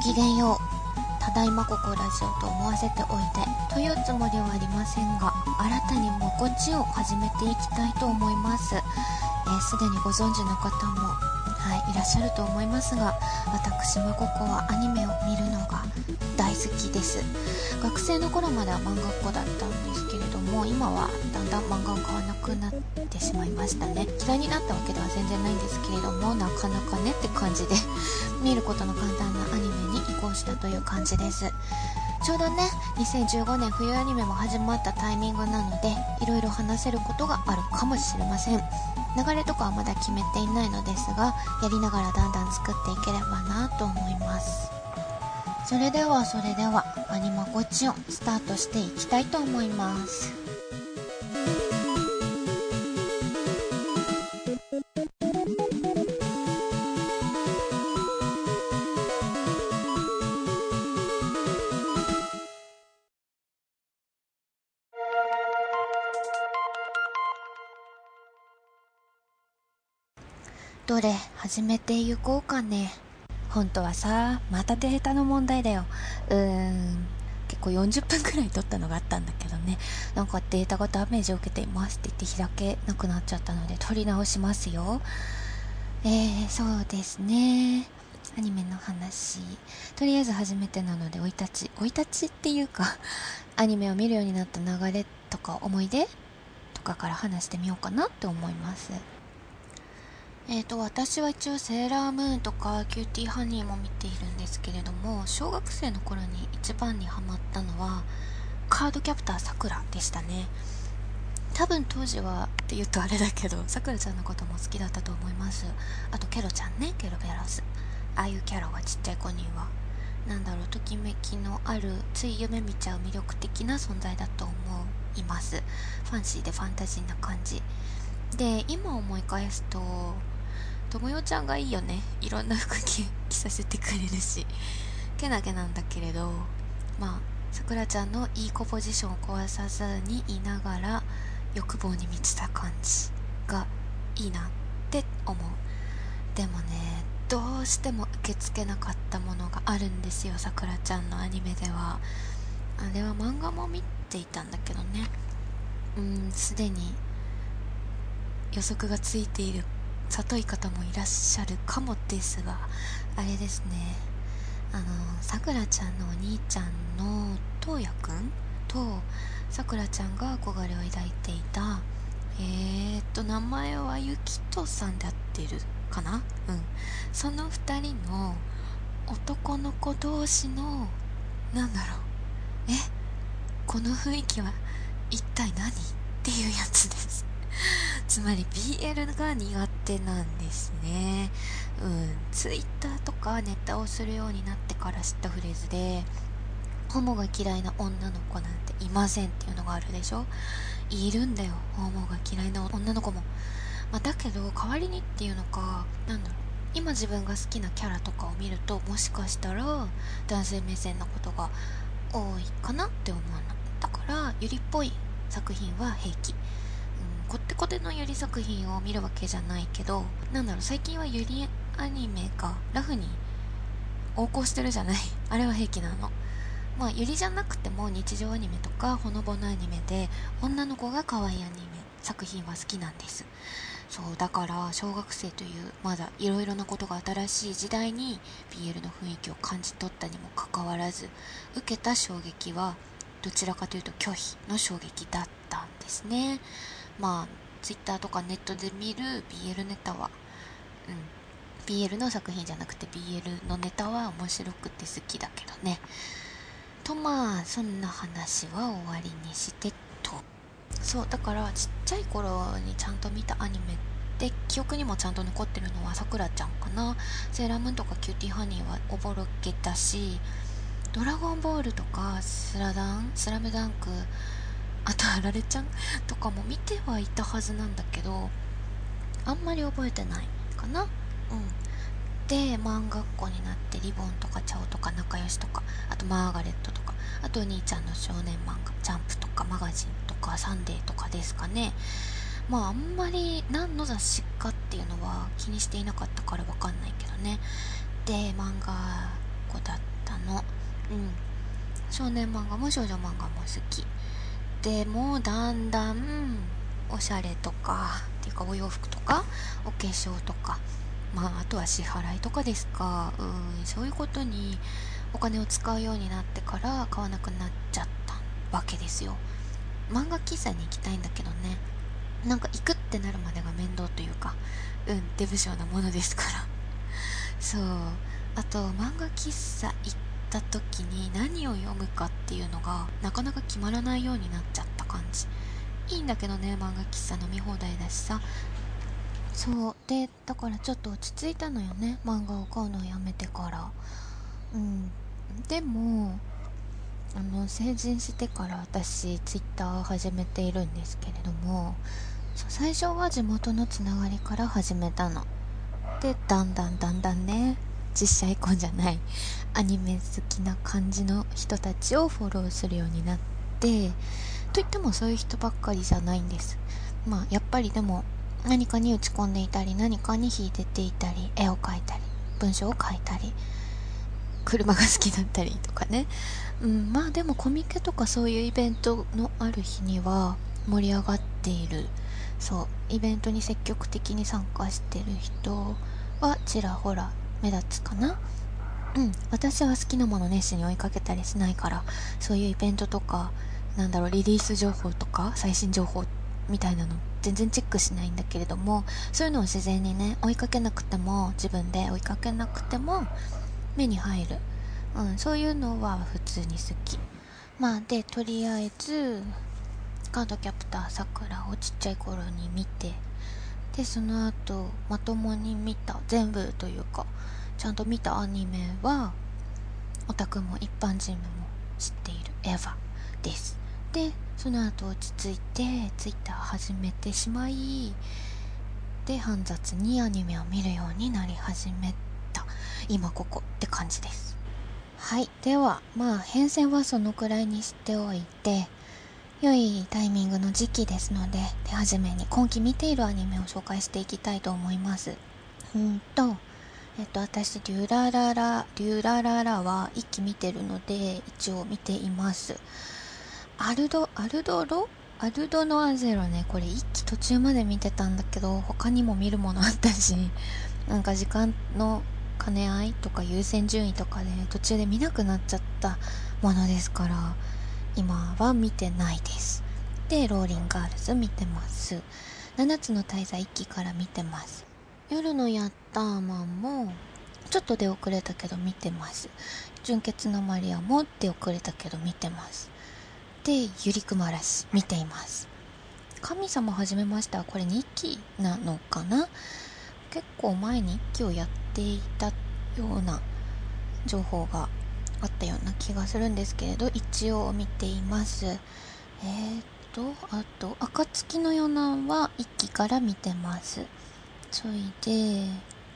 きげんよう。ただいまここラジオと思わせておいてというつもりはありませんが、新たにまこっちを始めていきたいと思います。すでにご存知の方も、いらっしゃると思いますが、私まここはアニメを見るのが大好きです。学生の頃までは漫画っ子だったんですけれども、今はだんだん漫画を買わなくなってしまいましたね。嫌いになったわけでは全然ないんですけれども、なかなかねって感じで見ることの簡単なアニメに移行したという感じです。ちょうどね、2015年冬アニメも始まったタイミングなので、いろいろ話せることがあるかもしれません。流れとかはまだ決めていないのですが、やりながらだんだん作っていければなと思います。それではアニマゴチオンスタートしていきたいと思います。どれ始めていこうかね。本当はさ、またデータの問題だよ。結構40分くらい取ったのがあったんだけどね、なんかデータがダメージを受けていますって言って開けなくなっちゃったので取り直しますよ。そうですね、アニメの話、とりあえず初めてなので生い立ちっていうかアニメを見るようになった流れとか思い出とかから話してみようかなって思います。私は一応セーラームーンとかキューティーハニーも見ているんですけれども、小学生の頃に一番にハマったのはカードキャプターさくらでしたね。多分当時はって言うとあれだけど、さくらちゃんのことも好きだったと思います。あとケロちゃんね、ケロベロス、ああいうキャラはちっちゃい子にはときめきのある、つい夢見ちゃう魅力的な存在だと思います。ファンシーでファンタジーな感じで、今思い返すとともよちゃんがいいよね。いろんな服着させてくれるし、けなげなんだけれど、さくらちゃんのいい子ポジションを壊さずにいながら欲望に満ちた感じがいいなって思う。でもね、どうしても受け付けなかったものがあるんですよ、さくらちゃんのアニメでは。あれは漫画も見ていたんだけどね、すでに予測がついている里い方もいらっしゃるかもですが、あれですね、さくらちゃんのお兄ちゃんのとうやくんとさくらちゃんが憧れを抱いていた名前はゆきとさんで合ってるかな。その2人の男の子同士のこの雰囲気は一体何っていうやつですつまり BL が苦手なんですね。ツイッターとかネタをするようになってから知ったフレーズで、ホモが嫌いな女の子なんていませんっていうのがあるでしょ。いるんだよ、ホモが嫌いな女の子も。だけど代わりにっていうのか、今自分が好きなキャラとかを見ると、もしかしたら男性目線のことが多いかなって思うの。だからゆりっぽい作品は平気。こってこてのゆり作品を見るわけじゃないけど、最近はゆりアニメがラフに横行してるじゃないあれは平気なの。ゆりじゃなくても日常アニメとかほのぼのアニメで女の子が可愛いアニメ作品は好きなんです。そうだから、小学生というまだいろいろなことが新しい時代に BL の雰囲気を感じ取ったにもかかわらず、受けた衝撃はどちらかというと拒否の衝撃だったんですね。ツイッターとかネットで見る BL ネタは、BL の作品じゃなくて BL のネタは面白くて好きだけどね。とそんな話は終わりにしてと。そうだから、ちっちゃい頃にちゃんと見たアニメで記憶にもちゃんと残ってるのはさくらちゃんかな。セーラームーンとかキューティーハニーはおぼろげたし、ドラゴンボールとかスラムダンク、あとあられちゃんとかも見てはいたはずなんだけど、あんまり覚えてないかな。で、漫画っ子になってリボンとかチャオとか仲良しとか、あとマーガレットとか、あとお兄ちゃんの少年漫画ジャンプとかマガジンとかサンデーとかですかね。あんまり何の雑誌かっていうのは気にしていなかったからわかんないけどね。で、漫画子だったの。少年漫画も少女漫画も好きでも、だんだんおしゃれとかっていうか、お洋服とかお化粧とか、あとは支払いとかですか、そういうことにお金を使うようになってから買わなくなっちゃったわけですよ。漫画喫茶に行きたいんだけどね、なんか行くってなるまでが面倒というか、デブ症なものですからそう。あと漫画喫茶行った時に何を読むかっていうのがなかなか決まらないようになっちゃった感じ。いいんだけどね、漫画喫茶飲み放題だしさ。そうで、だからちょっと落ち着いたのよね、漫画を買うのをやめてから。でも成人してから私ツイッターを始めているんですけれども、最初は地元のつながりから始めたので、だんだんね、実写アイコンじゃないアニメ好きな感じの人たちをフォローするようになって、といってもそういう人ばっかりじゃないんです。やっぱりでも何かに打ち込んでいたり、何かに秀でていたり、絵を描いたり文章を書いたり、車が好きだったりとかね。でもコミケとかそういうイベントのある日には盛り上がっている。そうイベントに積極的に参加してる人はちらほら目立つかな。私は好きなもの熱心に追いかけたりしないから、そういうイベントとかリリース情報とか最新情報みたいなの全然チェックしないんだけれども、そういうのを自然にね、追いかけなくても、自分で追いかけなくても目に入る。そういうのは普通に好き。でとりあえずカードキャプターさくらをちっちゃい頃に見て、でその後まともに見た、全部というかちゃんと見たアニメはオタクも一般人も知っているエヴァです。でその後落ち着いてツイッター始めてしまい、で煩雑にアニメを見るようになり始めた今ここって感じです。はい、では変遷はそのくらいにしておいて、良いタイミングの時期ですので、手始めに今期見ているアニメを紹介していきたいと思います。私リュラララは一期見てるので一応見ています。アルドノアゼロね、これ一期途中まで見てたんだけど、他にも見るものあったし、時間の兼ね合いとか優先順位とかで途中で見なくなっちゃったものですから、今は見てないです。でローリンガールズ見てます。7つの大罪1期から見てます。夜のヤッターマンもちょっと出遅れたけど見てます。純潔のマリアも出遅れたけど見てます。でゆりくま嵐見ています。神様始めました。これ2期なのかな。結構前に1期をやっていたような情報があったような気がするんですけれど、一応見ています。あと暁の夜難は1期から見てます。そいで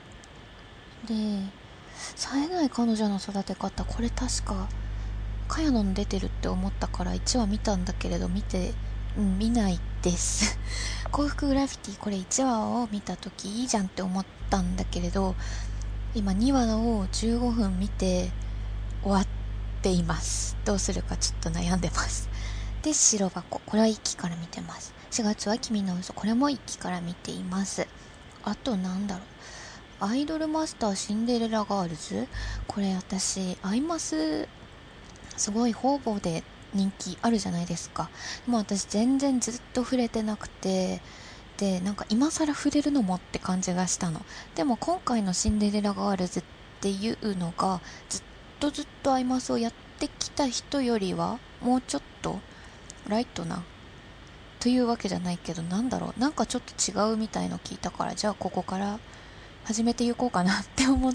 冴えない彼女の育て方、これ確かカヤノン出てるって思ったから1話見たんだけれど見ないです幸福グラフィティ、これ1話を見た時いいじゃんって思ったんだけれど、今2話を15分見て終わっています。どうするかちょっと悩んでます。で白箱、これは1期から見てます。4月は君の嘘、これも1期から見ています。あとアイドルマスターシンデレラガールズ、これ私アイマスすごい方々で人気あるじゃないですか。でも私全然ずっと触れてなくて、で今更触れるのもって感じがしたの。でも今回のシンデレラガールズっていうのがずっとアイマスをやってきた人よりはもうちょっとライトなというわけじゃないけど、ちょっと違うみたいの聞いたから、じゃあここから始めていこうかなって思って、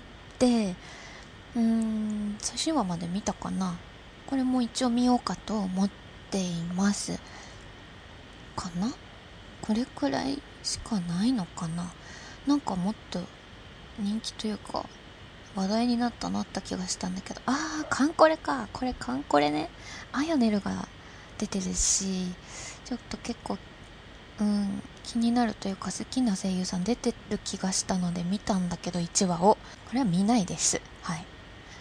最新話まで見たかな。これも一応見ようかと思っていますかな。これくらいしかないのかな。もっと人気というか話題になった気がしたんだけど、カンコレか。これカンコレね。アヤネルが出てるし、ちょっと結構気になるというか好きな声優さん出てる気がしたので見たんだけど1話を、これは見ないです。はい。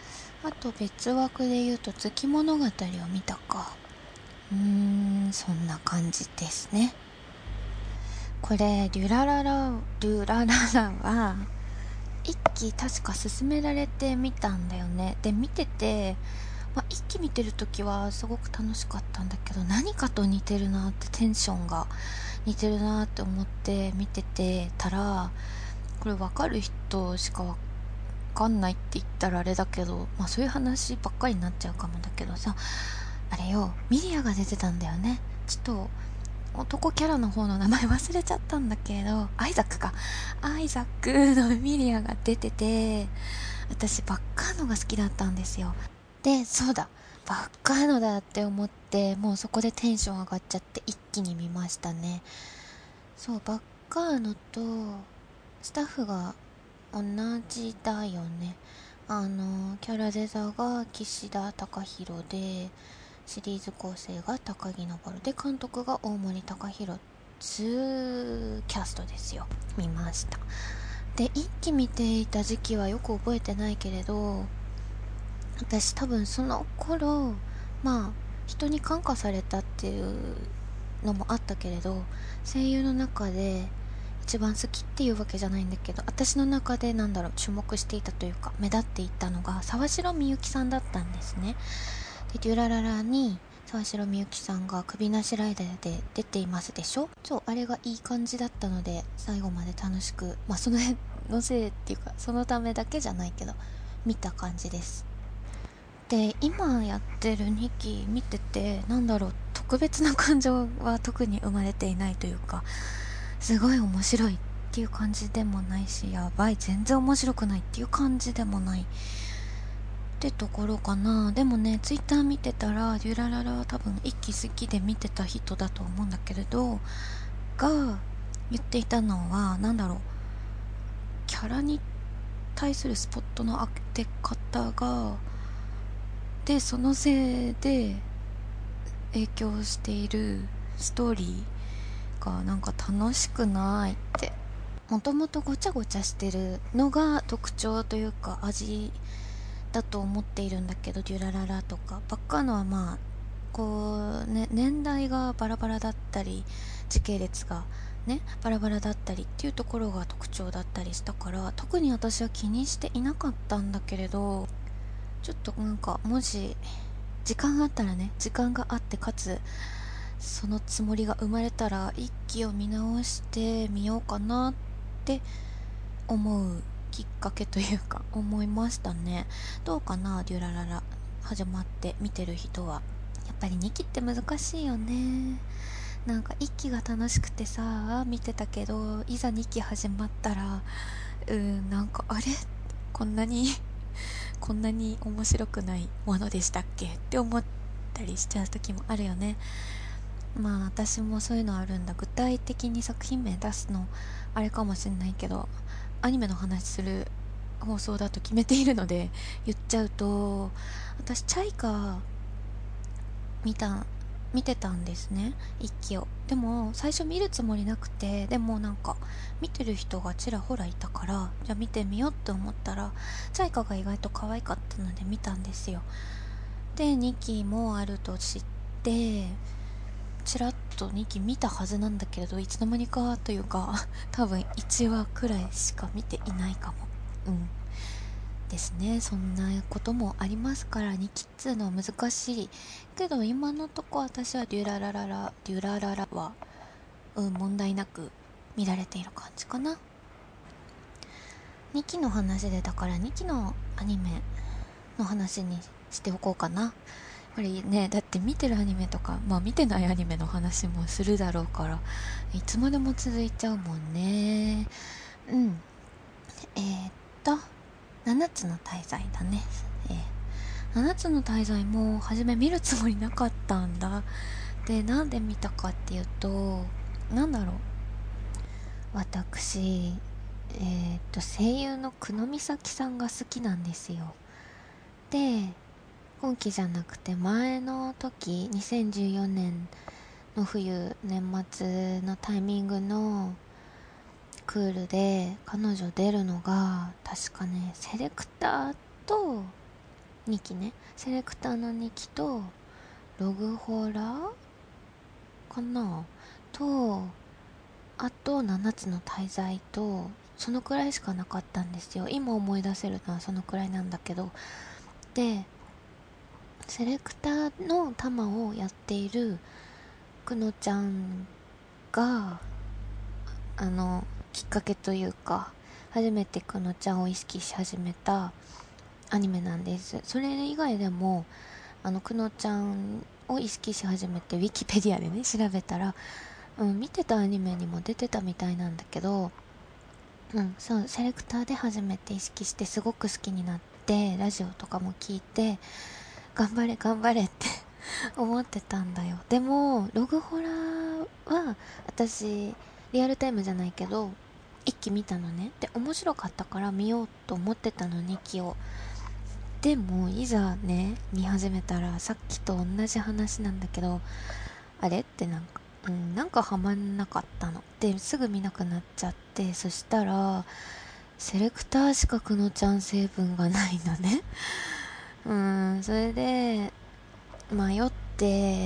あと別枠で言うと月物語を見たか。そんな感じですね。これデュラララは一期確か勧められて見たんだよね。で見てて、一期見てる時はすごく楽しかったんだけど、何かと似てるなって、テンションが似てるなって思って見ててたら、これ分かる人しか分かんないって言ったらあれだけど、そういう話ばっかりになっちゃうかもだけどさ、あれよ、ミリアが出てたんだよね。ちょっと男キャラの方の名前忘れちゃったんだけど、アイザックのミリアが出てて、私バッカーノが好きだったんですよ。で、そうだ、バッカーノだって思って、もうそこでテンション上がっちゃって一気に見ましたね。そう、バッカーノとスタッフが同じだよね。キャラデザが岸田貴弘で、シリーズ構成が高木昇で、監督が大森隆弘、2キャストですよ。見ました。で、一期見ていた時期はよく覚えてないけれど、私多分その頃、人に感化されたっていうのもあったけれど、声優の中で一番好きっていうわけじゃないんだけど、私の中で注目していたというか目立っていったのが沢城みゆきさんだったんですね。で、デュラララに沢城みゆきさんが首なしライダーで出ていますでしょ。そう、あれがいい感じだったので最後まで楽しく、その辺のせいっていうかそのためだけじゃないけど見た感じです。で、今やってる2期見てて、特別な感情は特に生まれていないというか、すごい面白いっていう感じでもないし、やばい全然面白くないっていう感じでもないってところかな。でもね、ツイッター見てたらデュラララは多分一期好きで見てた人だと思うんだけれどが言っていたのは、キャラに対するスポットの当て方がで、そのせいで影響しているストーリーが楽しくないって。もともとごちゃごちゃしてるのが特徴というか味だと思っているんだけど、デュラララとかバッカーノは年代がバラバラだったり、時系列がねバラバラだったりっていうところが特徴だったりしたから、特に私は気にしていなかったんだけれど、ちょっともし時間があったらね、時間があってかつそのつもりが生まれたら一期を見直してみようかなって思うきっかけというか思いましたね。どうかな、デュラララ始まって見てる人は。やっぱり2期って難しいよね。1期が楽しくてさ見てたけど、いざ2期始まったらあれ、こんなに面白くないものでしたっけって思ったりしちゃう時もあるよね。私もそういうのあるんだ。具体的に作品名出すのあれかもしれないけど、アニメの話する放送だと決めているので言っちゃうと、私チャイカ見てたんですね、一期を。でも最初見るつもりなくて、でも見てる人がちらほらいたから、じゃあ見てみようって思ったらチャイカが意外と可愛かったので見たんですよ。で2期もあると知ってちらっと2期見たはずなんだけれど、いつの間にかというか多分1話くらいしか見ていないかも。ですね。そんなこともありますから、2期っつうのは難しいけど、今のとこ私はデュラララは問題なく見られている感じかな。2期の話で、だから2期のアニメの話にしておこうかな。やっぱりね、だって見てるアニメとか、見てないアニメの話もするだろうから、いつまでも続いちゃうもんね。7つの大罪だね。7つの大罪も初め見るつもりなかったんだ。で、なんで見たかっていうと、私、声優の久野美咲さんが好きなんですよ。で、今期じゃなくて前の時、2014年の冬、年末のタイミングのクールで彼女出るのが確かね、セレクターと 2期ね、セレクターの2期とログホラかなと、あと7つの大罪と、そのくらいしかなかったんですよ。今思い出せるのはそのくらいなんだけど、でセレクターの玉をやっているくのちゃんがきっかけというか、初めてくのちゃんを意識し始めたアニメなんです。それ以外でもくのちゃんを意識し始めてウィキペディアでね調べたら、見てたアニメにも出てたみたいなんだけど、そうセレクターで初めて意識してすごく好きになって、ラジオとかも聞いて頑張れ頑張れって思ってたんだよ。でもログホラーは私リアルタイムじゃないけど一期見たのね。で面白かったから見ようと思ってたの、2期を。でもいざね見始めたらさっきと同じ話なんだけど、あれってなんかハマんなかったのですぐ見なくなっちゃって、そしたらセレクターしかくのちゃん成分がないのね。それで迷って、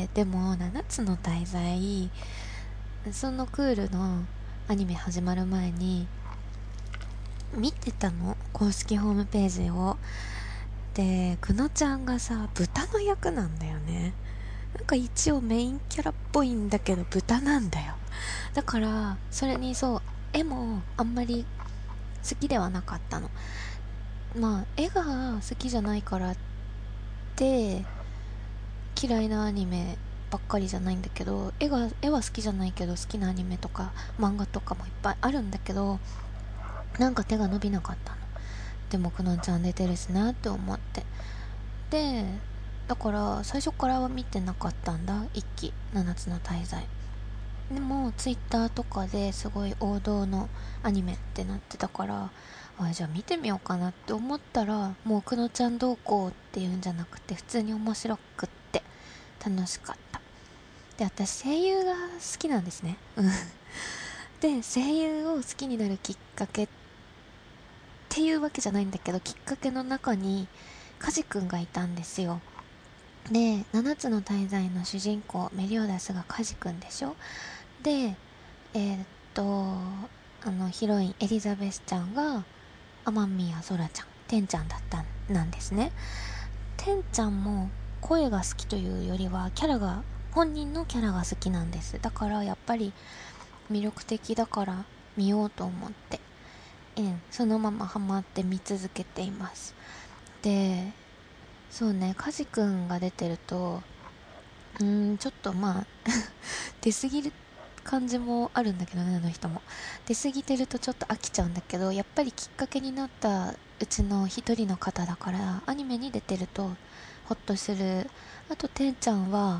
でも7つの大罪、そのクールのアニメ始まる前に見てたの、公式ホームページを。でくのちゃんがさ豚の役なんだよね。なんか一応メインキャラっぽいんだけど豚なんだよ。だからそれにそう絵もあんまり好きではなかったの。まあ絵が好きじゃないからって嫌いなアニメばっかりじゃないんだけど、絵は好きじゃないけど好きなアニメとか漫画とかもいっぱいあるんだけど、なんか手が伸びなかったの。でもくのちゃん出てるしなって思って、でだから最初からは見てなかったんだ、一期7つの大罪。でもツイッターとかですごい王道のアニメってなってたから、じゃあ見てみようかなって思ったら、もうくのちゃんどうこうっていうんじゃなくて普通に面白くって楽しかった。で私声優が好きなんですね。で声優を好きになるきっかけっていうわけじゃないんだけど、きっかけの中にカジ君がいたんですよ。で7つの大罪の主人公メリオダスがカジ君でしょ。でえーっとヒロインエリザベスちゃんが天宮そらちゃん、てんちゃんだったなんですね。てんちゃんも声が好きというよりは本人のキャラが好きなんです。だからやっぱり魅力的だから見ようと思って、そのままハマって見続けています。でそうね、カジ君が出てるとちょっとまあ出過ぎる感じもあるんだけどね、あの人も出過ぎてるとちょっと飽きちゃうんだけど、やっぱりきっかけになったうちの一人の方だからアニメに出てるとホッとする。あとてんちゃんは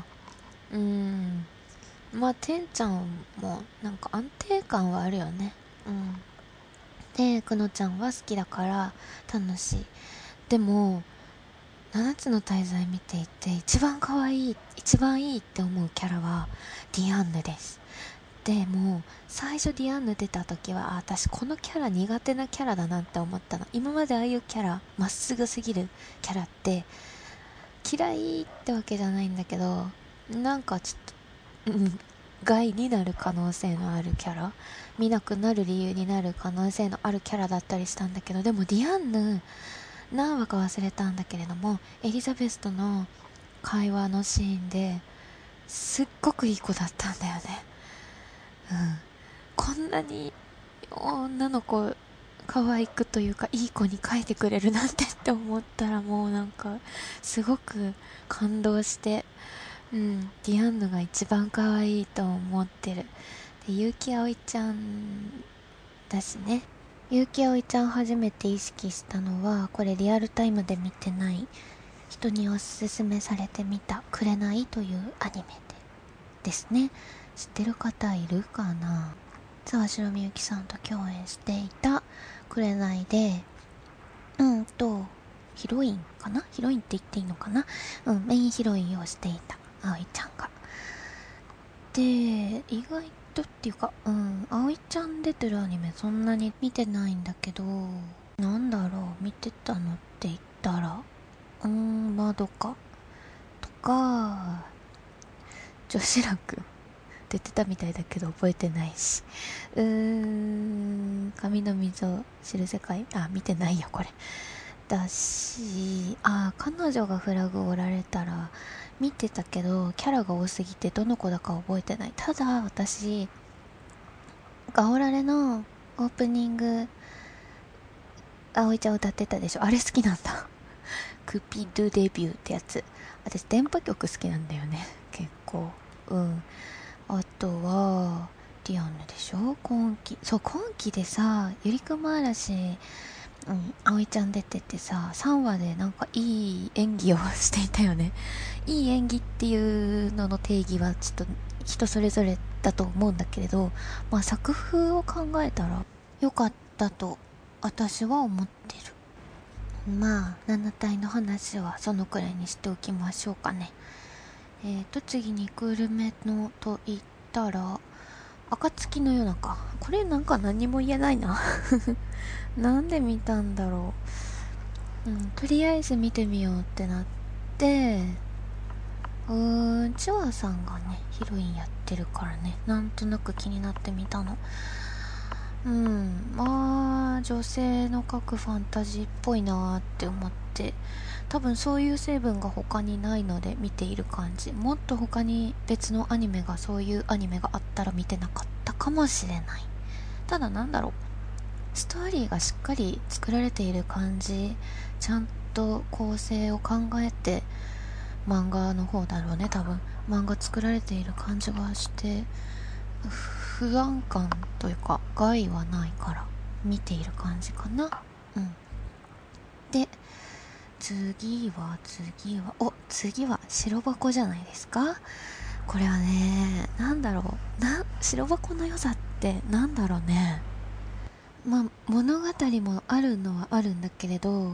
まあてんちゃんもなんか安定感はあるよね。でくのちゃんは好きだから楽しい。でも7つの大罪見ていて一番可愛い一番いいって思うキャラはディアンヌです。でも最初ディアンヌ出た時は私このキャラ苦手なキャラだなって思ったの。今までああいうキャラまっすぐすぎるキャラって嫌いってわけじゃないんだけど、なんかちょっと害になる可能性のあるキャラ、見なくなる理由になる可能性のあるキャラだったりしたんだけど、でもディアンヌ何話か忘れたんだけれどもエリザベスとの会話のシーンですっごくいい子だったんだよね。こんなに女の子可愛くというかいい子に描いてくれるなんてって思ったら、もうなんかすごく感動して、ディアンヌが一番可愛いと思ってる。で結城葵ちゃんだしね。結城葵ちゃん初めて意識したのは、これリアルタイムで見てない人におすすめされてみた紅というアニメですね。知ってる方いるかな。沢城みゆきさんと共演していた紅で、ヒロインかな、ヒロインって言っていいのかな、メインヒロインをしていた葵ちゃんが。で意外とっていうか、葵ちゃん出てるアニメそんなに見てないんだけど、なんだろう見てたのって言ったらまどかとか、女子力出てたみたいだけど覚えてないし、髪の溝を知る世界、見てないよこれ。だし、彼女がフラグを折られたら見てたけど、キャラが多すぎてどの子だか覚えてない。ただ私、ガオラレのオープニング、葵ちゃん歌ってたでしょ、あれ好きなんだ。クピドゥデビューってやつ。私電波曲好きなんだよね、結構。あとはディアンヌでしょ、今期。そう、今期でさ、ゆりくま嵐、葵ちゃん出ててさ、3話でなんかいい演技をしていたよね。いい演技っていうのの定義はちょっと人それぞれだと思うんだけれど、作風を考えたら良かったと私は思ってる。7体の話はそのくらいにしておきましょうかね。次にクールめのと言ったら、暁の夜中。これなんか何も言えないな。なんで見たんだろう。とりあえず見てみようってなって、チワさんがね、ヒロインやってるからね、なんとなく気になってみたの。女性の描くファンタジーっぽいなーって思って、多分そういう成分が他にないので見ている感じ。もっと他に別のアニメが、そういうアニメがあったら見てなかったかもしれない。ただなんだろう、ストーリーがしっかり作られている感じ、ちゃんと構成を考えて、漫画の方だろうね、多分漫画作られている感じがして、不安感というか害はないから見ている感じかな。で、次は白箱じゃないですか。これはね、なんだろう、白箱の良さってなんだろうね。物語もあるのはあるんだけれど、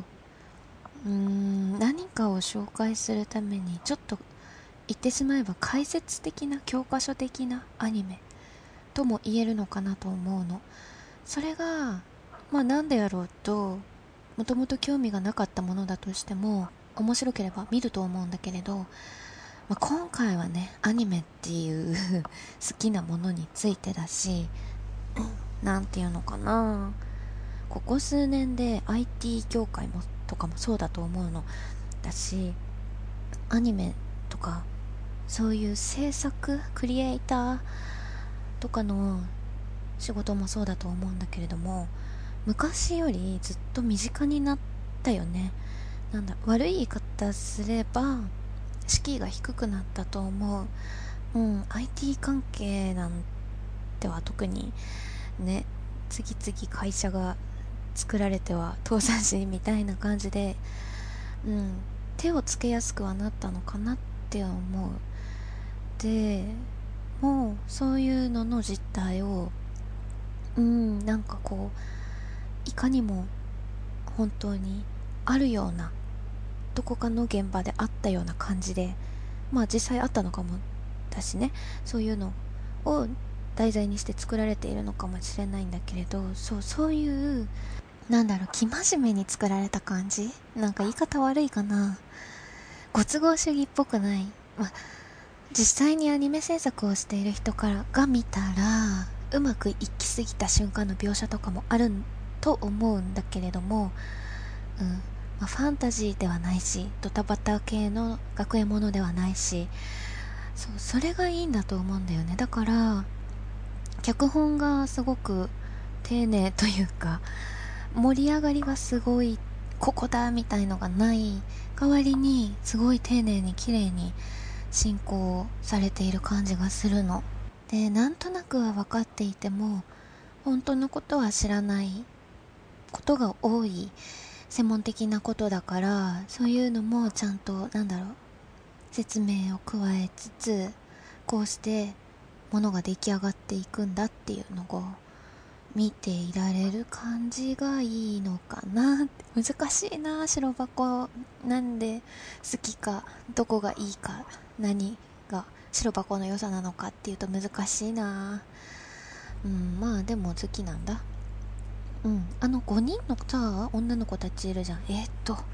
何かを紹介するためにちょっと言ってしまえば解説的な、教科書的なアニメとも言えるのかなと思うの。それがなんでやろうと、もともと興味がなかったものだとしても面白ければ見ると思うんだけれど、今回はね、アニメっていう好きなものについてだし、なんていうのかな、ここ数年で IT 業界もとかもそうだと思うのだし、アニメとかそういう制作クリエイターとかの仕事もそうだと思うんだけれども、昔よりずっと身近になったよね。悪い言い方すれば敷居が低くなったと思う。IT 関係なんては特にね、次々会社が作られては倒産しみたいな感じで、手をつけやすくはなったのかなって思う。でもうそういうのの実態をなんかこう、いかにも本当にあるような、どこかの現場であったような感じで、実際あったのかもだしね、そういうのを題材にして作られているのかもしれないんだけれど、そういう生真面目に作られた感じ、なんか言い方悪いかな、ご都合主義っぽくない。実際にアニメ制作をしている人からが見たらうまくいきすぎた瞬間の描写とかもあると思うんだけれども、ファンタジーではないし、ドタバタ系の学園ものではないし、それがいいんだと思うんだよね。だから脚本がすごく丁寧というか、盛り上がりがすごいここだみたいのがない代わりに、すごい丁寧に綺麗に進行されている感じがするので、なんとなくは分かっていても本当のことは知らないことが多い専門的なことだから、そういうのもちゃんと説明を加えつつ、こうしてものが出来上がっていくんだっていうのを見ていられる感じがいいのかな。難しいな、白箱なんで好きか、どこがいいか、何が白箱の良さなのかっていうと難しいな。でも好きなんだ。5人のさ、女の子たちいるじゃん。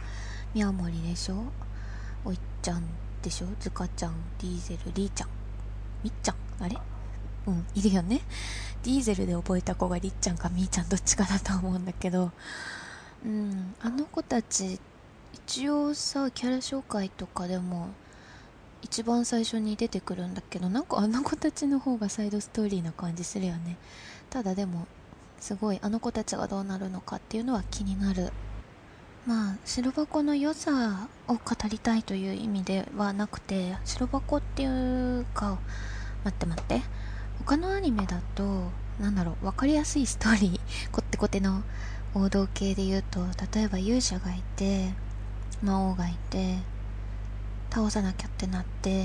宮森でしょ、おいっちゃんでしょ、ずかちゃん、ディーゼル、りーちゃん、みっちゃん、あれ、いるよね。ディーゼルで覚えた子がりっちゃんかみーちゃんどっちかだと思うんだけど、あの子たち一応さ、キャラ紹介とかでも一番最初に出てくるんだけど、なんかあの子たちの方がサイドストーリーな感じするよね。ただでもすごいあの子たちがどうなるのかっていうのは気になる。まあ白箱の良さを語りたいという意味ではなくて、白箱っていうか、待って、他のアニメだとなんだろう、分かりやすいストーリーこってこての王道系で言うと、例えば勇者がいて魔王がいて倒さなきゃってなって、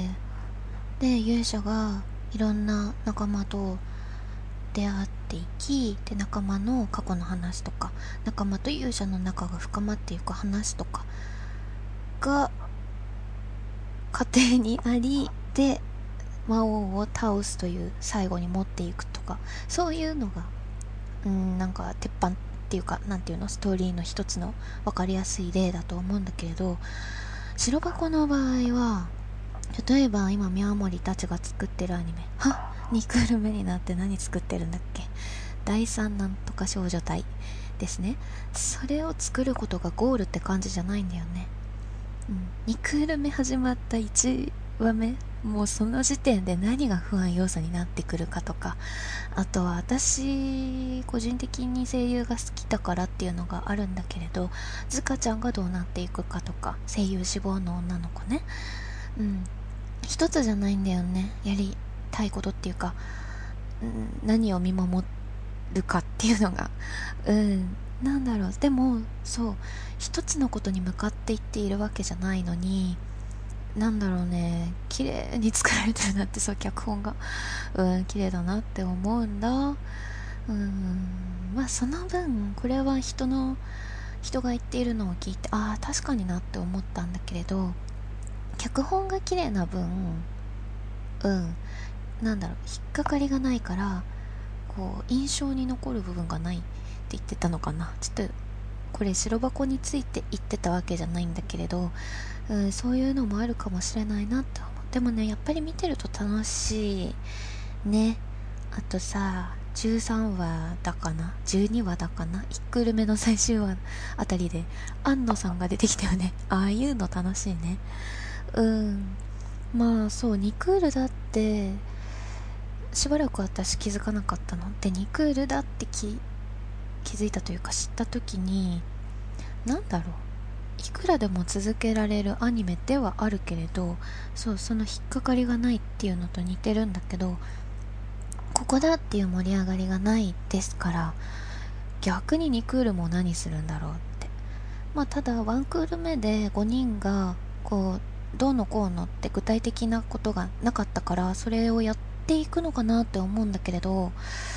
で勇者がいろんな仲間と出会っていき、で仲間の過去の話とか、仲間と勇者の仲が深まっていく話とかが家庭にあり、で魔王を倒すという最後に持っていくとか、そういうのがなんか鉄板っていうか、なんていうの、ストーリーの一つの分かりやすい例だと思うんだけれど、白箱の場合は、例えば今宮森たちが作ってるアニメ、2クール目になって何作ってるんだっけ、第三なんとか少女隊ですね。それを作ることがゴールって感じじゃないんだよね。2クール目始まった1話目、もうその時点で何が不安要素になってくるかとか、あとは私個人的に声優が好きだからっていうのがあるんだけれど、ズカちゃんがどうなっていくかとか、声優志望の女の子ね、一つじゃないんだよね、やりたいことっていうか、何を見守るかっていうのが、なんだろう、でもそう一つのことに向かっていっているわけじゃないのに、なんだろうね、綺麗に作られてるなって、そう脚本が綺麗だなって思うんだ。まあその分これは人が言っているのを聞いて、ああ確かになって思ったんだけれど、脚本が綺麗な分、なんだろう、引っかかりがないから、こう印象に残る部分がないって言ってたのかな。ちょっとこれ白箱について言ってたわけじゃないんだけれど、そういうのもあるかもしれないなって思う。でもね、やっぱり見てると楽しいね。あとさ、13話だかな、12話だかな、1クール目の最終話あたりで安野さんが出てきたよね。ああいうの楽しいね。まあそう2クールだってしばらく私気づかなかったので、2クールだって気づいたというか知った時に、なんだろう、いくらでも続けられるアニメではあるけれど、その引っかかりがないっていうのと似てるんだけど、ここだっていう盛り上がりがないですから、逆に2クールも何するんだろうって。まあただ1クール目で5人がこうどうのこうのって具体的なことがなかったから、それをやっていくのかなって思うんだけれど、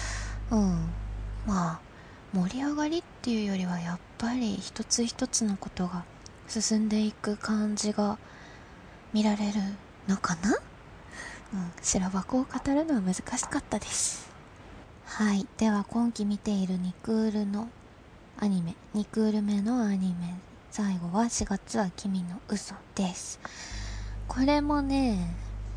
まあ盛り上がりっていうよりはやっぱり一つ一つのことが進んでいく感じが見られるのかな。白箱を語るのは難しかったです。はい、では今期見ている2クールのアニメ、2クール目のアニメ、最後は4月は君の嘘です。これはね、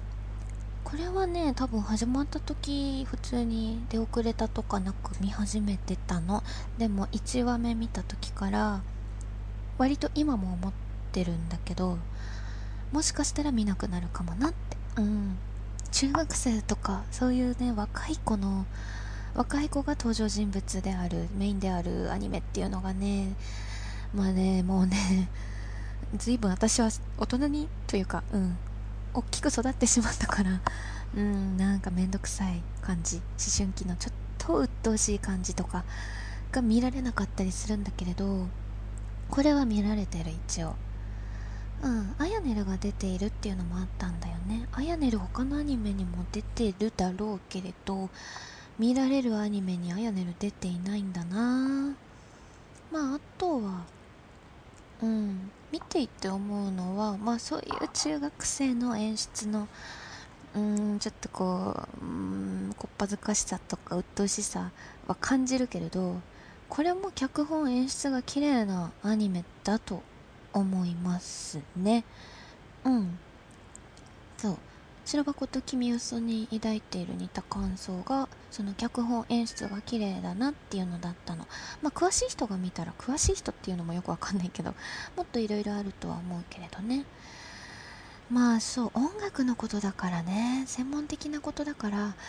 多分始まった時普通に出遅れたとかなく見始めてたの。でも1話目見た時から割と今も思ってるんだけど、もしかしたら見なくなるかもなって。中学生とかそういうね、若い子が登場人物である、メインであるアニメっていうのがね、まあね、もうね、随分私は大人にというか、大きく育ってしまったから、なんかめんどくさい感じ、思春期のちょっと鬱陶しい感じとかが見られなかったりするんだけれど、これは見られてる一応。アヤネルが出ているっていうのもあったんだよね。アヤネル他のアニメにも出てるだろうけれど、見られるアニメにアヤネル出ていないんだな。まああとは見ていて思うのは、まあそういう中学生の演出のちょっとこっぱずかしさとか鬱陶しさは感じるけれど、これも脚本演出が綺麗なアニメだと思いますね。うん。そう。白箱と君嘘に抱いている似た感想が、その脚本演出が綺麗だなっていうのだったの。まあ詳しい人が見たら、詳しい人っていうのもよくわかんないけど、もっといろいろあるとは思うけれどね。まあそう、音楽のことだからね、専門的なことだから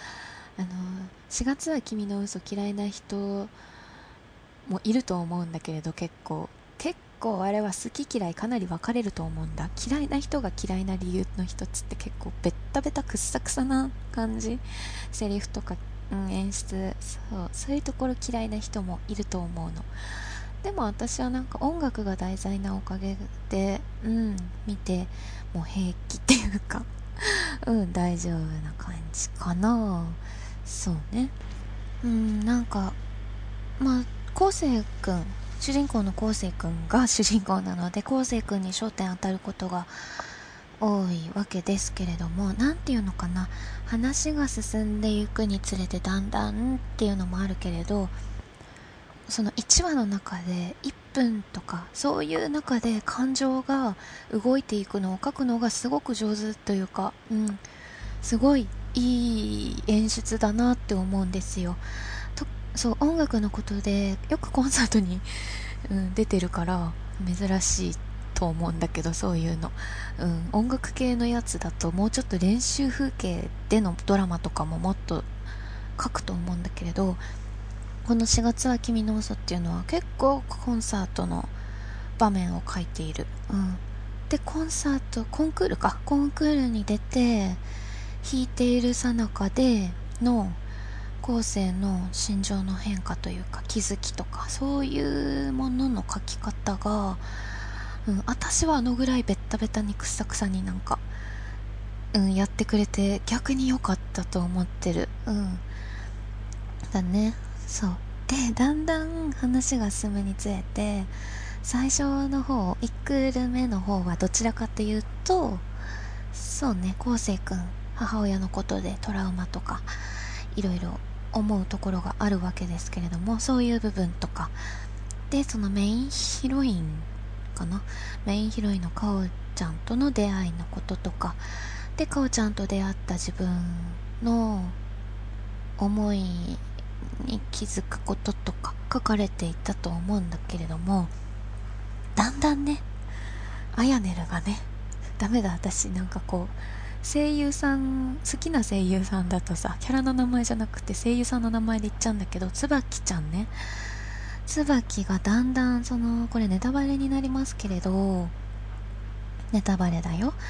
、4月は君の嘘嫌いな人もいると思うんだけれど、結構あれは好き嫌いかなり分かれると思うんだ。嫌いな人が嫌いな理由の一つって結構ベッタベタくっさくさな感じ、セリフとか、演出、そういうところ嫌いな人もいると思うの。でも私はなんか音楽が題材なおかげで、見てもう平気っていうか大丈夫な感じかな。そうね。なんか、まあ、昴生くん、主人公の昴生くんが主人公なので、昴生くんに焦点当たることが多いわけですけれども、なんていうのかな、話が進んでいくにつれてだんだんっていうのもあるけれど、その1話の中で1分とかそういう中で感情が動いていくのを書くのがすごく上手というか、すごいいい演出だなって思うんですよ。そう、音楽のことでよくコンサートに、出てるから珍しいと思うんだけど、そういうの、音楽系のやつだともうちょっと練習風景でのドラマとかももっと書くと思うんだけれど、この4月は君の嘘っていうのは結構コンサートの場面を書いている。で、コンクールに出て弾いているさなかでの後世の心情の変化というか気づきとか、そういうものの書き方が、私はあのぐらいベッタベタにくさくさになんか、やってくれて逆に良かったと思ってる。だね。そうで、だんだん話が進むにつれて、最初の方、1クール目の方はどちらかというと、そうね、昴生くん母親のことでトラウマとかいろいろ思うところがあるわけですけれども、そういう部分とかで、そのメインヒロインのかおちゃんとの出会いのこととかで、かおちゃんと出会った自分の思いに気づくこととか書かれていたと思うんだけれども、だんだんね、あやねるがね、ダメだ、私なんかこう、声優さん、好きな声優さんだとさ、キャラの名前じゃなくて声優さんの名前で言っちゃうんだけど、椿ちゃんね。椿がだんだん、これネタバレになりますけれど、ネタバレだよ。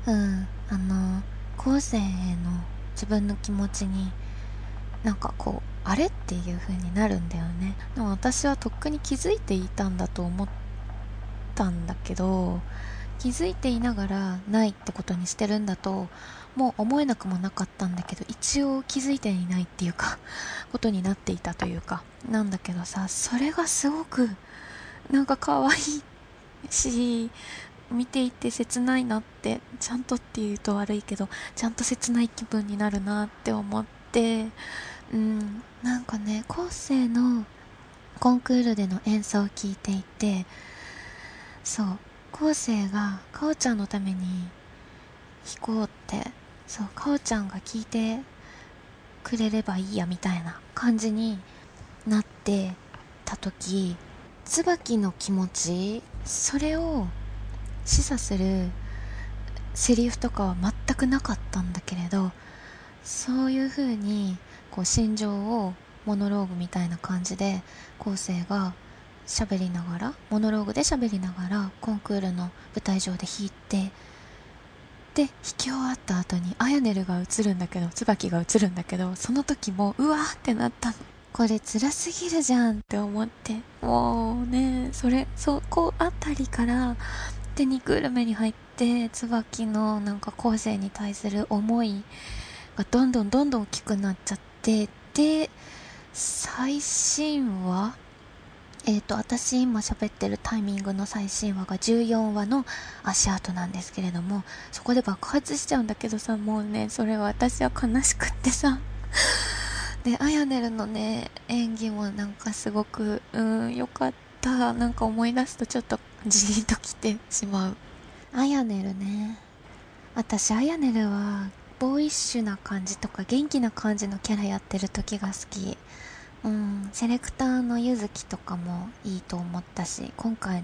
後世への自分の気持ちになんかこう、あれっていう風になるんだよね。でも私はとっくに気づいていたんだと思ったんだけど、気づいていながらないってことにしてるんだともう思えなくもなかったんだけど、一応気づいていないっていうかことになっていたというかなんだけどさ、それがすごくなんか可愛いし、見ていて切ないなって、ちゃんとっていうと悪いけどちゃんと切ない気分になるなって思って、なんかね、後世のコンクールでの演奏を聞いていて、そう、後世がかおちゃんのために弾こうって、そう、かおちゃんが聞いてくれればいいやみたいな感じになってた時、椿の気持ち、それを示唆するセリフとかは全くなかったんだけれど、そういう風にこう心情をモノローグみたいな感じで後世が喋りながら、モノローグで喋りながらコンクールの舞台上で弾いて、で弾き終わった後にアヤネルが映るんだけど、椿が映るんだけど、その時もうわーってなったの。これ辛すぎるじゃんって思って、もうね、そこあたりからで2クール目に入って、椿のなんか後世に対する思いがどんどん大きくなっちゃって、で最新話、私今喋ってるタイミングの最新話が14話の足跡なんですけれども、そこで爆発しちゃうんだけどさ、もうね、それは私は悲しくってさで、アヤネルのね、演技もなんかすごく良かったた。なんか思い出すとちょっとジーンときてしまう。アヤネルね。私アヤネルはボーイッシュな感じとか元気な感じのキャラやってる時が好き。セレクターのゆずきとかもいいと思ったし、今回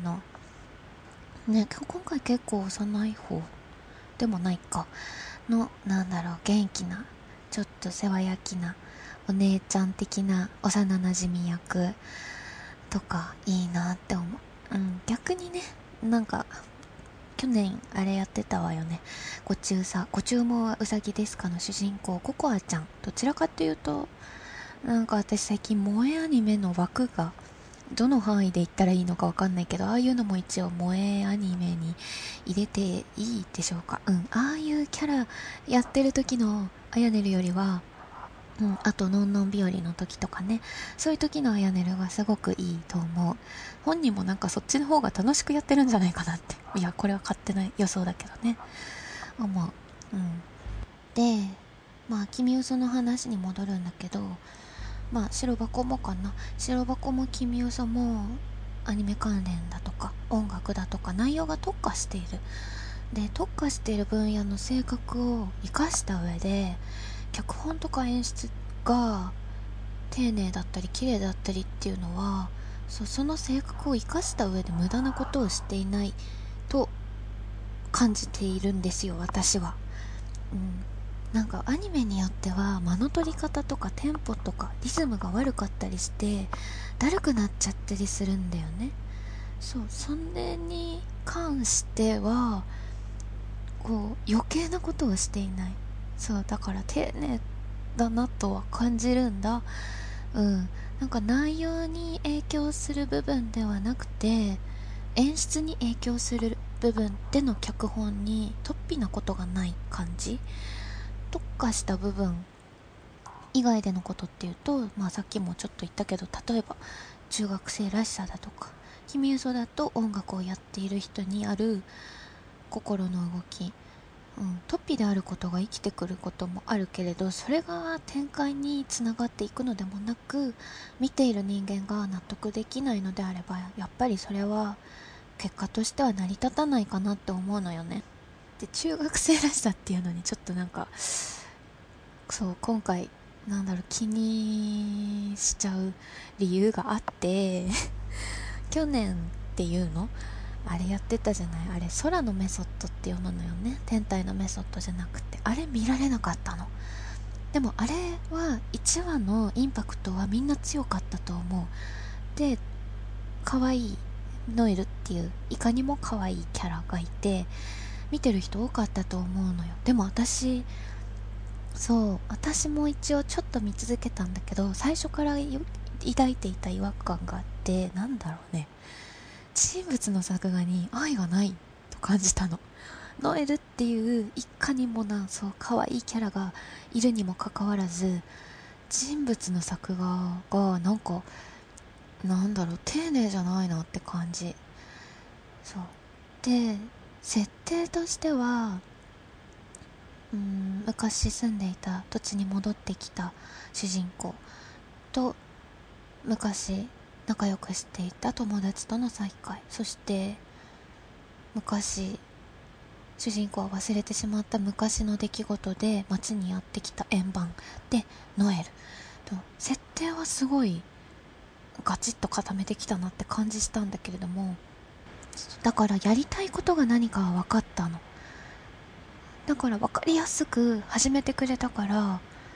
結構幼い方でもないかの、元気なちょっと世話焼きなお姉ちゃん的な幼馴染役とかいいなって思う。逆にね、去年あれやってたわよね。ご注文はうさぎですかの主人公ココアちゃん。どちらかというと、私最近萌えアニメの枠がどの範囲で言ったらいいのかわかんないけど、ああいうのも一応萌えアニメに入れていいでしょうか。ああいうキャラやってる時のあやねるよりは、あとのんのん日和の時とかね、そういう時のあやねるがすごくいいと思う。本人もそっちの方が楽しくやってるんじゃないかなって、いやこれは勝手な予想だけどね、思う。で、君嘘の話に戻るんだけど、白箱も君嘘もアニメ関連だとか音楽だとか内容が特化している。で、特化している分野の性格を生かした上で脚本とか演出が丁寧だったり綺麗だったりっていうのは、その性格を生かした上で無駄なことをしていないと感じているんですよ、私は。アニメによっては間の取り方とかテンポとかリズムが悪かったりしてだるくなっちゃったりするんだよね。それに関しては余計なことをしていない。だから丁寧だなとは感じるんだ。内容に影響する部分ではなくて演出に影響する部分での脚本に突飛なことがない感じ。特化した部分以外でのことっていうと、さっきもちょっと言ったけど、例えば中学生らしさだとか、君嘘だと音楽をやっている人にある心の動き、突飛であることが生きてくることもあるけれど、それが展開につながっていくのでもなく、見ている人間が納得できないのであれば、やっぱりそれは結果としては成り立たないかなって思うのよね。で、中学生らしさっていうのにちょっと今回気にしちゃう理由があって去年っていうのあれやってたじゃない。あれ空のメソッドって読むのよね。天体のメソッドじゃなくて、あれ見られなかったの。でもあれは1話のインパクトはみんな強かったと思う。で、可愛いノエルっていういかにも可愛いキャラがいて見てる人多かったと思うのよ。でも私も一応ちょっと見続けたんだけど、最初から抱いていた違和感があって、人物の作画に愛がないと感じたの。ノエルっていういかにも可愛いキャラがいるにもかかわらず、人物の作画が丁寧じゃないなって感じ。で、設定としては昔住んでいた土地に戻ってきた主人公と昔仲良くしていた友達との再会、そして昔主人公は忘れてしまった昔の出来事で街にやってきた円盤でノエルと、設定はすごいガチッと固めてきたなって感じしたんだけれども、だからやりたいことが何かは分かったの。だから分かりやすく始めてくれたから、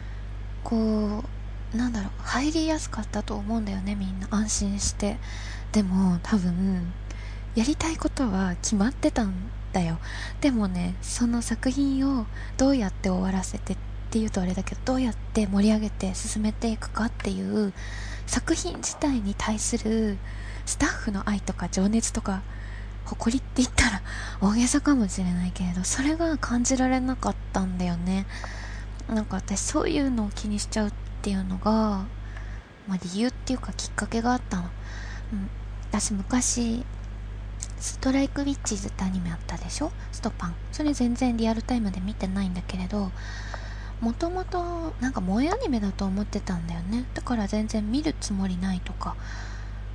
入りやすかったと思うんだよね、みんな安心して。でも多分やりたいことは決まってたんだよ。でもね、その作品をどうやって終わらせてっていうとあれだけど、どうやって盛り上げて進めていくかっていう作品自体に対するスタッフの愛とか情熱とか誇りって言ったら大げさかもしれないけれど、それが感じられなかったんだよね。私そういうのを気にしちゃうっていうのが、理由っていうかきっかけがあったの。私昔ストライクウィッチーズってアニメあったでしょ、ストパン。それ全然リアルタイムで見てないんだけれど、もともと萌えアニメだと思ってたんだよね。だから全然見るつもりないとか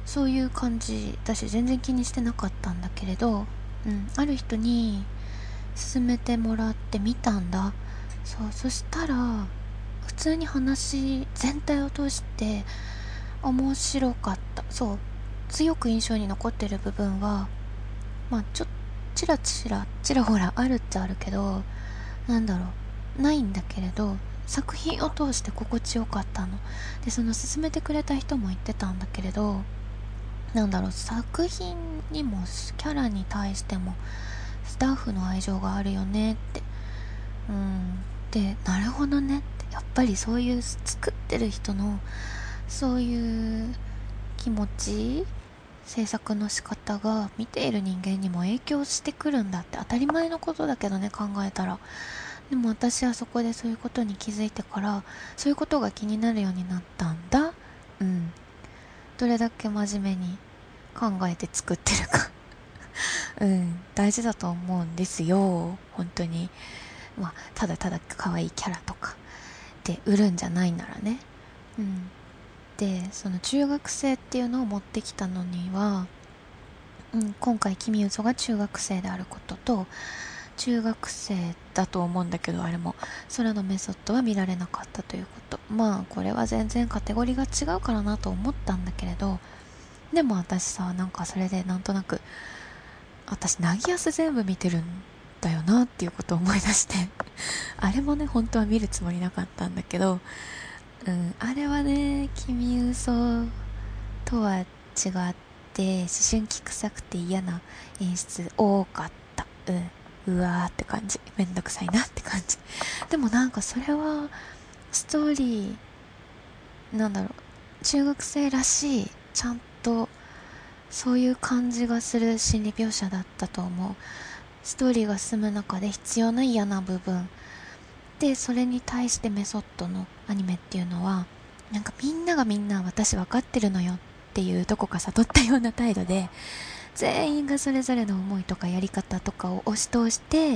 そういう感じだし、全然気にしてなかったんだけれど、ある人に勧めてもらってみたんだ。そしたら普通に話全体を通して面白かった。強く印象に残ってる部分はちらちらほらあるっちゃあるけど、ないんだけれど、作品を通して心地よかったので、その勧めてくれた人も言ってたんだけれど、作品にもキャラに対してもスタッフの愛情があるよねって。で、なるほどねって、やっぱりそういう作ってる人のそういう気持ち、制作の仕方が見ている人間にも影響してくるんだって、当たり前のことだけどね、考えたら。でも私はそこでそういうことに気づいてから、そういうことが気になるようになったんだ。どれだけ真面目に考えて作ってるか大事だと思うんですよ、本当に。ただただ可愛いキャラとかで売るんじゃないならね。で、その中学生っていうのを持ってきたのには、今回キミウソが中学生であることと、中学生だと思うんだけど、あれも空のメソッドは見られなかったということ。これは全然カテゴリーが違うからなと思ったんだけれど、でも私さ、それでなんとなく、私ナギアス全部見てるんだよなっていうことを思い出してあれもね、本当は見るつもりなかったんだけど、あれはね、君嘘とは違って思春期臭くて嫌な演出多かった。うわーって感じ、めんどくさいなって感じ。でもそれはストーリー、中学生らしい、ちゃんとそういう感じがする心理描写だったと思う。ストーリーが進む中で必要な嫌な部分で、それに対してメソッドのアニメっていうのは、みんながみんな私分かってるのよっていうどこか悟ったような態度で、全員がそれぞれの思いとかやり方とかを押し通して、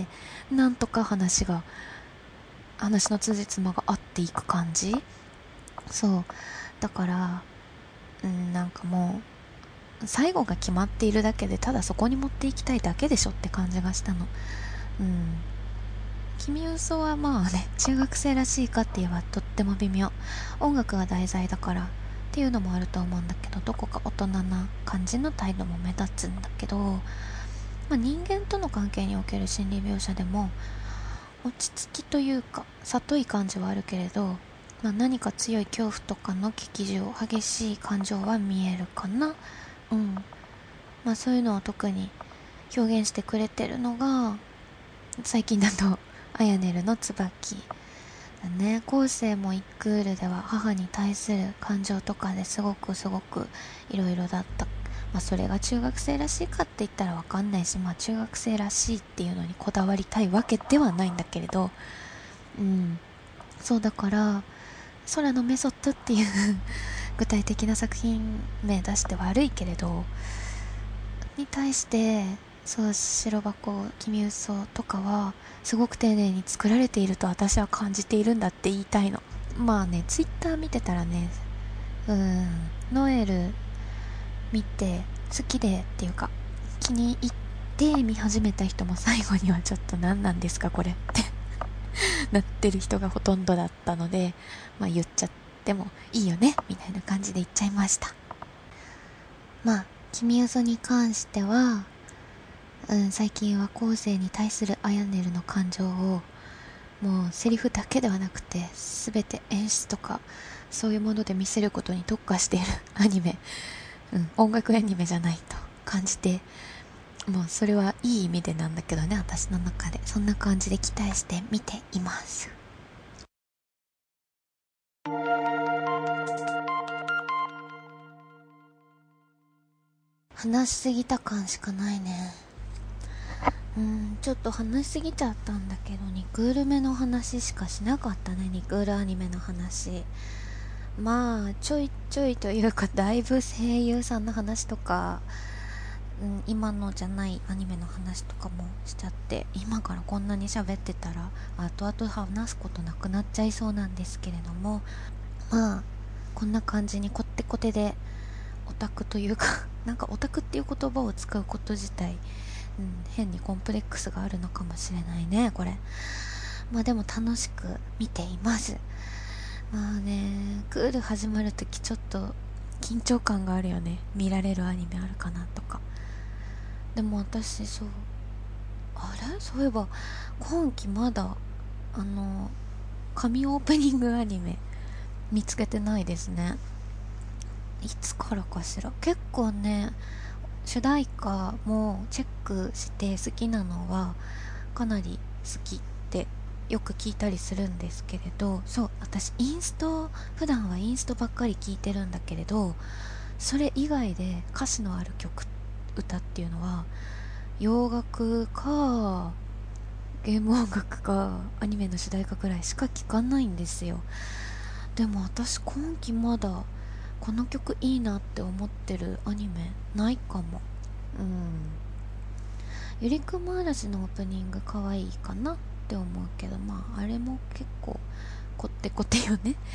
なんとか話の辻褄が合っていく感じ。だからもう最後が決まっているだけで、ただそこに持っていきたいだけでしょって感じがしたの。君嘘は中学生らしいかって言えばとっても微妙。音楽が題材だからっていうのもあると思うんだけど、どこか大人な感じの態度も目立つんだけど、人間との関係における心理描写でも落ち着きというか里い感じはあるけれど、何か強い恐怖とかの激情、激しい感情は見えるかな。そういうのを特に表現してくれてるのが、最近だとアヤネルの椿だね。後世も一クールでは母に対する感情とかですごくいろいろだった。それが中学生らしいかって言ったらわかんないし、中学生らしいっていうのにこだわりたいわけではないんだけれど、だから空のメソッドっていう具体的な作品名出して悪いけれどに対して、白箱君嘘とかはすごく丁寧に作られていると私は感じているんだって言いたいの。ツイッター見てたらね、ノエル見て好きでっていうか気に入って見始めた人も最後にはちょっと何なんですかこれってなってる人がほとんどだったので、言っちゃってもいいよねみたいな感じで言っちゃいました。君嘘に関しては、最近は後世に対するアヤネルの感情をもうセリフだけではなくて全て演出とかそういうもので見せることに特化しているアニメ、音楽アニメじゃないと感じて、もうそれはいい意味でなんだけどね、私の中でそんな感じで期待して見ています。話しすぎた感しかないね。ちょっと話しすぎちゃったんだけど、2クール目の話しかしなかったね。2クールアニメの話、ちょいちょいというかだいぶ声優さんの話とか、今のじゃないアニメの話とかもしちゃって、今からこんなに喋ってたら後々話すことなくなっちゃいそうなんですけれども、こんな感じにコテコテでオタクというかなんかオタクっていう言葉を使うこと自体、変にコンプレックスがあるのかもしれないねこれ。まあでも楽しく見ています。まあね、クール始まるときちょっと緊張感があるよね。見られるアニメあるかなとか。でも私そういえば今期まだ神オープニングアニメ見つけてないですね。いつからかしら。結構ね、主題歌もチェックして好きなのはかなり好きってよく聞いたりするんですけれど、そう、私普段はインストばっかり聞いてるんだけれど、それ以外で歌詞のある歌っていうのは洋楽かゲーム音楽かアニメの主題歌くらいしか聞かないんですよ。でも私今期まだこの曲いいなって思ってるアニメないかも。ゆりくま嵐のオープニング可愛いかなって思うけど、まああれも結構こってこてよね。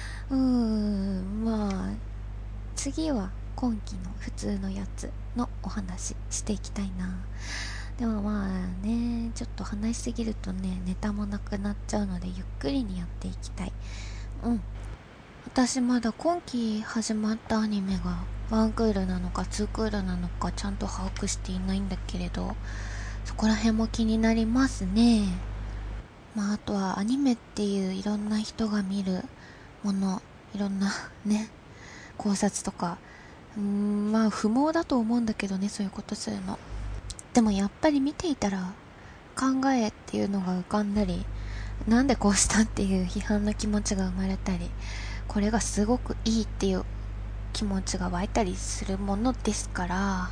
まあ次は今期の普通のやつのお話していきたいな。でもまあね、ちょっと話しすぎるとね、ネタもなくなっちゃうのでゆっくりにやっていきたい。私まだ今期始まったアニメがワンクールなのかツークールなのかちゃんと把握していないんだけれど、そこら辺も気になりますね。まああとはアニメっていういろんな人が見るもの、いろんなね考察とか、まあ不毛だと思うんだけどね、そういうことするの。でもやっぱり見ていたら考えっていうのが浮かんだり、なんでこうしたっていう批判の気持ちが生まれたり、これがすごくいいっていう気持ちが湧いたりするものですから、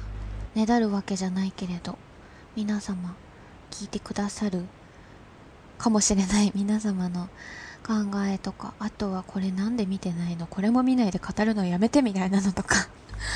ねだるわけじゃないけれど、皆様聞いてくださるかもしれない皆様の考えとか、あとはこれなんで見てないの、これも見ないで語るのやめてみたいなのとか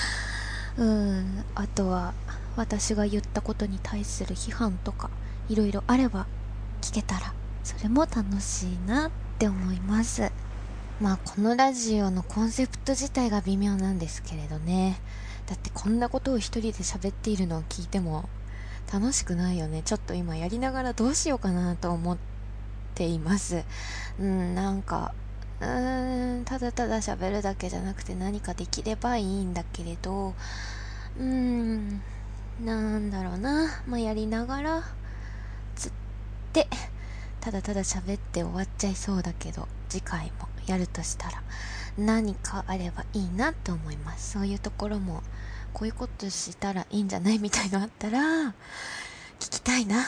あとは私が言ったことに対する批判とかいろいろあれば聞けたらそれも楽しいなって思います。まあこのラジオのコンセプト自体が微妙なんですけれどね。だってこんなことを一人で喋っているのを聞いても楽しくないよね。ちょっと今やりながらどうしようかなと思っています。なんかただただ喋るだけじゃなくて何かできればいいんだけれど、なんだろうな、まあやりながらつってただただ喋って終わっちゃいそうだけど、次回もやるとしたら何かあればいいなと思います。そういうところもこういうことしたらいいんじゃないみたいのあったら聞きたいな。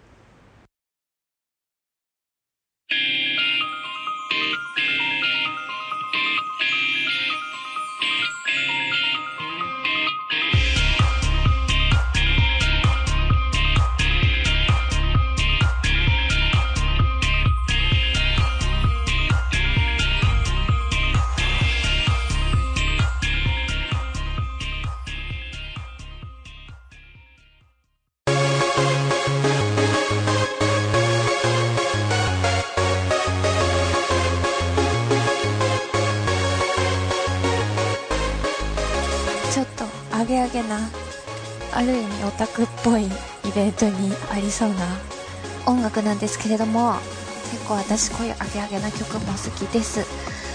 ちょっとアゲアゲな、ある意味オタクっぽいイベントにありそうな音楽なんですけれども、結構私こういうアゲアゲな曲も好きです。はい、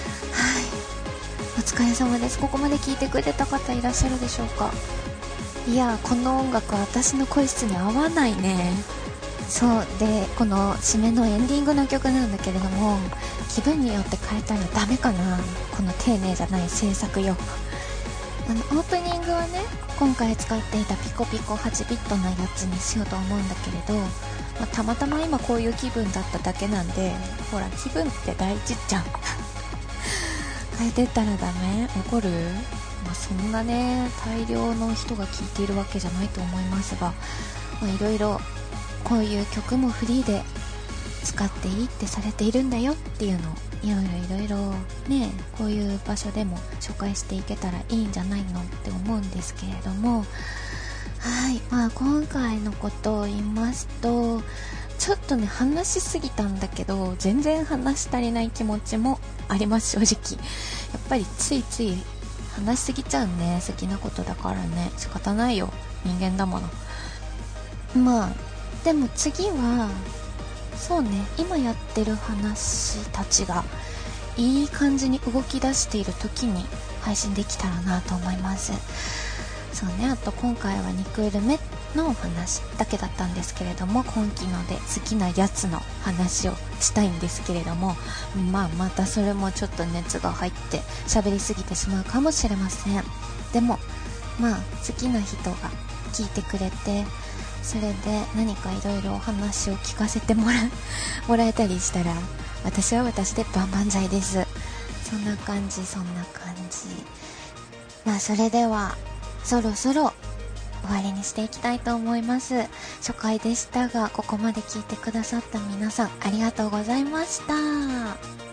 お疲れ様です。ここまで聴いてくれた方いらっしゃるでしょうか。いや、この音楽は私の声質に合わないね。そうで、この締めのエンディングの曲なんだけれども、気分によって変えたらダメかな、この丁寧じゃない制作よ。オープニングはね、今回使っていたピコピコ8ビットなやつにしようと思うんだけれど、たまたま今こういう気分だっただけなんで、ほら気分って大事じゃん変えてったらダメ？怒る？そんなね大量の人が聴いているわけじゃないと思いますが、いろいろこういう曲もフリーで使っていいってされているんだよっていうのをいろいろね、こういう場所でも紹介していけたらいいんじゃないのって思うんですけれども、はい、今回のことを言いますと、ちょっとね話しすぎたんだけど全然話し足りない気持ちもあります。正直やっぱりついつい話しすぎちゃうね。好きなことだからね、仕方ないよ、人間だもの。まあでも次はそうね、今やってる話たちがいい感じに動き出している時に配信できたらなと思います。そうね、あと今回は2クール目のお話だけだったんですけれども、今期ので好きなやつの話をしたいんですけれども、またそれもちょっと熱が入って喋りすぎてしまうかもしれません。でも好きな人が聞いてくれて、それで何かいろいろお話を聞かせてもらえたりしたら、私は私で万々歳です。そんな感じ。それではそろそろ終わりにしていきたいと思います。初回でしたが、ここまで聞いてくださった皆さんありがとうございました。